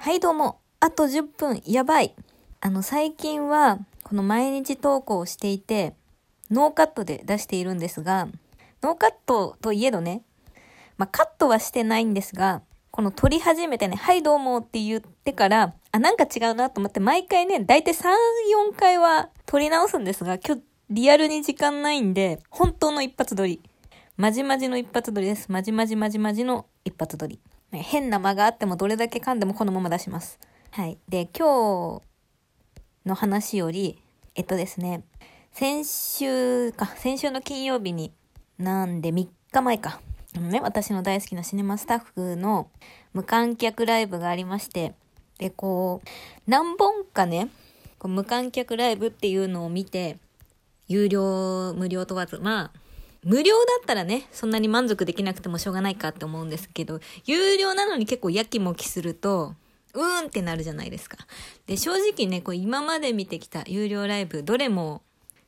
はいどうも、あと10分、やばい。最近は、この毎日投稿をしていて、ノーカットで出しているんですが、ノーカットといえどね、カットはしてないんですが、この撮り始めてね、はいどうもって言ってから、なんか違うなと思って、毎回ね、だいたい3、4回は撮り直すんですが、今日リアルに時間ないんで、本当の一発撮り。まじまじの一発撮りです。まじまじの一発撮り。変な間があってもどれだけ噛んでもこのまま出します。はい。で、今日の話より、ですね、先週の金曜日に、なんで3日前か。私の大好きなシネマスタッフの無観客ライブがありまして、で、何本かね、無観客ライブっていうのを見て、有料、無料問わず、無料だったらね、そんなに満足できなくてもしょうがないかって思うんですけど、有料なのに結構やきもきすると、ってなるじゃないですか。で、正直ね、今まで見てきた有料ライブ、どれも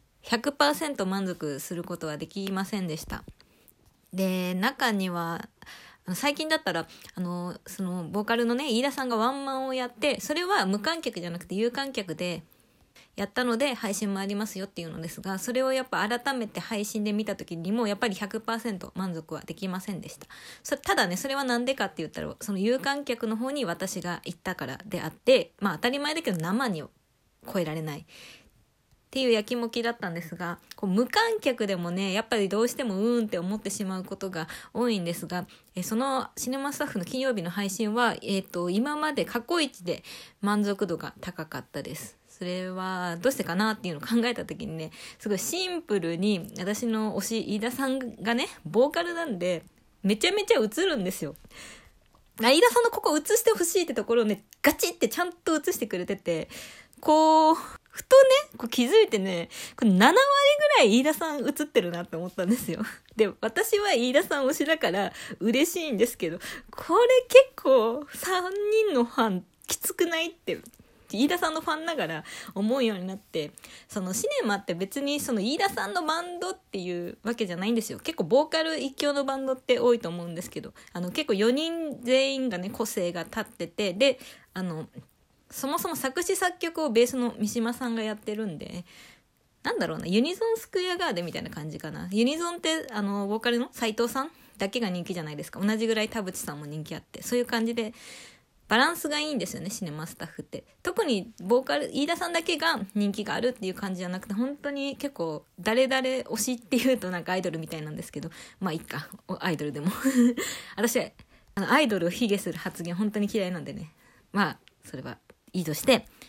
100% 満足することはできませんでした。で、中には、最近だったら、その、ボーカルのね、飯田さんがワンマンをやって、それは無観客じゃなくて有観客で、やったので配信もありますよっていうのですが、それをやっぱ改めて配信で見た時にもやっぱり 100% 満足はできませんでした。ただね、それはなんでかって言ったら、その有観客の方に私が行ったからであって、当たり前だけど生に超えられないっていうやきもきだったんですが、無観客でもね、やっぱりどうしてもって思ってしまうことが多いんですが、そのシネマスタッフの金曜日の配信は、今まで過去一で満足度が高かったです。それはどうしてかなっていうのを考えた時にね、すごいシンプルに私の推し飯田さんがね、ボーカルなんでめちゃめちゃ映るんですよ。飯田さんのここ映してほしいってところをね、ガチってちゃんと映してくれてて、ふとね、気づいてね、これ7割ぐらい飯田さん映ってるなって思ったんですよ。で、私は飯田さん推しだから嬉しいんですけど、これ結構3人のファンきつくないって飯田さんのファンながら思うようになって、そのシネマって別にその飯田さんのバンドっていうわけじゃないんですよ。結構ボーカル一強のバンドって多いと思うんですけど、結構4人全員がね、個性が立ってて、で、そもそも作詞作曲をベースの三島さんがやってるんで、ユニゾンスクエアガーデンみたいな感じかな。ユニゾンってボーカルの斉藤さんだけが人気じゃないですか。同じぐらい田淵さんも人気あって、そういう感じでバランスがいいんですよね、シネマスタッフって。特にボーカル飯田さんだけが人気があるっていう感じじゃなくて、本当に結構誰々推しっていうとなんかアイドルみたいなんですけど、いいか、アイドルでも私はアイドルを卑下する発言本当に嫌いなんでね、それはいいとして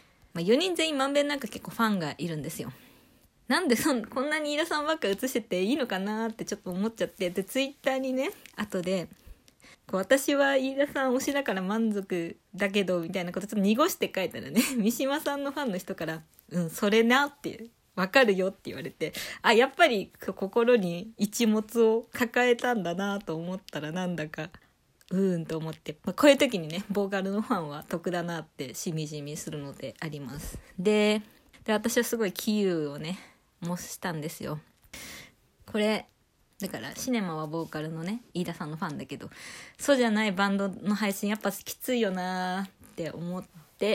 、4人全員まんべんなく結構ファンがいるんですよ。なんでこんなに飯田さんばっか映してていいのかなってちょっと思っちゃって、でツイッターにね、後で私は飯田さん推しだから満足だけどみたいなことちょっと濁して書いたらね、三島さんのファンの人からそれなってわかるよって言われて、やっぱり心に一物を抱えたんだなと思ったら、なんだかと思って、こういう時にね、ボーカルのファンは得だなってしみじみするのであります。で私はすごい杞憂をね模したんですよ。これだからシネマはボーカルのね飯田さんのファンだけど、そうじゃないバンドの配信やっぱきついよなって思って、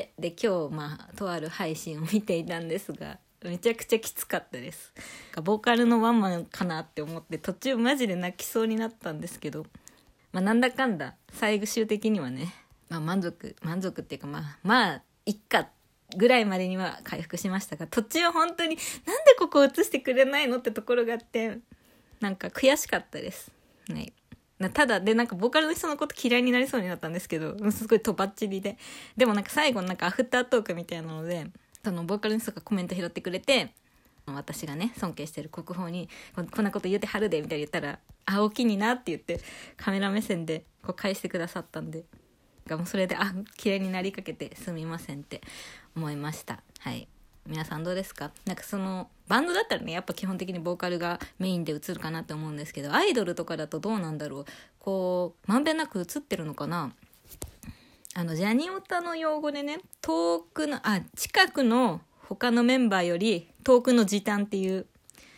で今日とある配信を見ていたんですが、めちゃくちゃきつかったです。ボーカルのワンマンかなって思って途中マジで泣きそうになったんですけど、なんだかんだ最終的にはね、満足っていうかいっかぐらいまでには回復しましたが、途中本当になんでここ映してくれないのってところがあって、なんか悔しかったです。はい。ただでボーカルの人のこと嫌いになりそうになったんですけど、すごいとばっちりで、でも最後アフタートークみたいなので、そのボーカルの人がコメント拾ってくれて、私がね尊敬してる国宝にこんなこと言うてはるでみたいな言ったら、おきになって言ってカメラ目線で返してくださったんで、もうそれで嫌いになりかけてすみませんって思いました。はい。皆さんどうですか？そのバンドだったらね、やっぱ基本的にボーカルがメインで映るかなって思うんですけど、アイドルとかだとどうなんだろう、まんべんなく映ってるのかな。ジャニオタの用語でね、近くの他のメンバーより遠くの時短っていう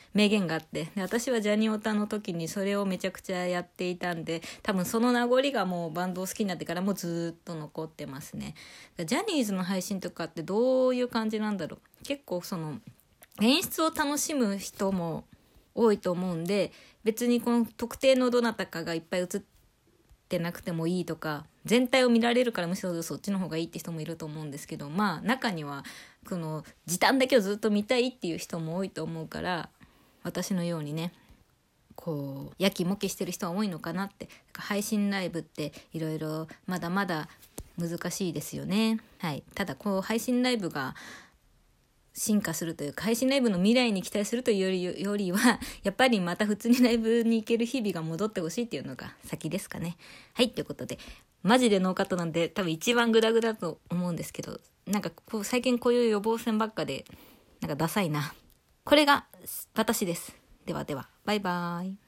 名言があって、で私はジャニオタの時にそれをめちゃくちゃやっていたんで、多分その名残がもうバンドを好きになってからもずっと残ってますね。ジャニーズの配信とかってどういう感じなんだろう。結構その演出を楽しむ人も多いと思うんで、別にこの特定のどなたかがいっぱい映ってなくてもいいとか、全体を見られるからむしろそっちの方がいいって人もいると思うんですけど、まあ中にはこの時短だけをずっと見たいっていう人も多いと思うから、私のようにねこうやきもきしてる人は多いのかなって。配信ライブっていろいろまだまだ難しいですよね。はい。ただこう配信ライブが進化するというか、配信ライブの未来に期待するというよりはやっぱりまた普通にライブに行ける日々が戻ってほしいっていうのが先ですかね。はい、ということでマジでノーカットなんで多分一番グダグダと思うんですけど、なんかこう最近こういう予防線ばっかでなんかダサいな。これが私です。ではではバイバーイ。